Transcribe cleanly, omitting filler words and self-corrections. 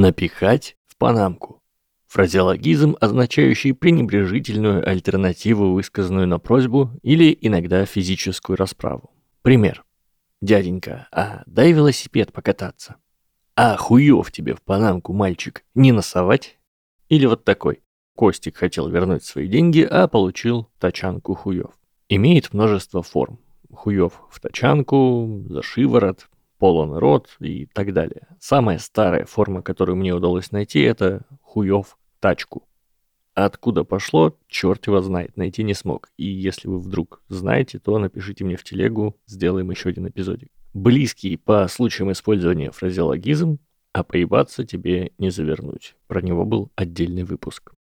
Напихать в панамку. Фразеологизм, означающий пренебрежительную альтернативу, высказанную на просьбу или иногда физическую расправу. Пример. Дяденька, а дай велосипед покататься. А хуёв тебе в панамку, мальчик, не носовать? Или вот такой. Костик хотел вернуть свои деньги, а получил тачанку хуёв. Имеет множество форм. Хуёв в тачанку, за шиворот, полон рот и так далее. Самая старая форма, которую мне удалось найти, это хуёв тачку. А откуда пошло, черт его знает, найти не смог. И если вы вдруг знаете, то напишите мне в телегу, сделаем еще один эпизодик. Близкий по случаям использования фразеологизм, а поебаться тебе не завернуть. Про него был отдельный выпуск.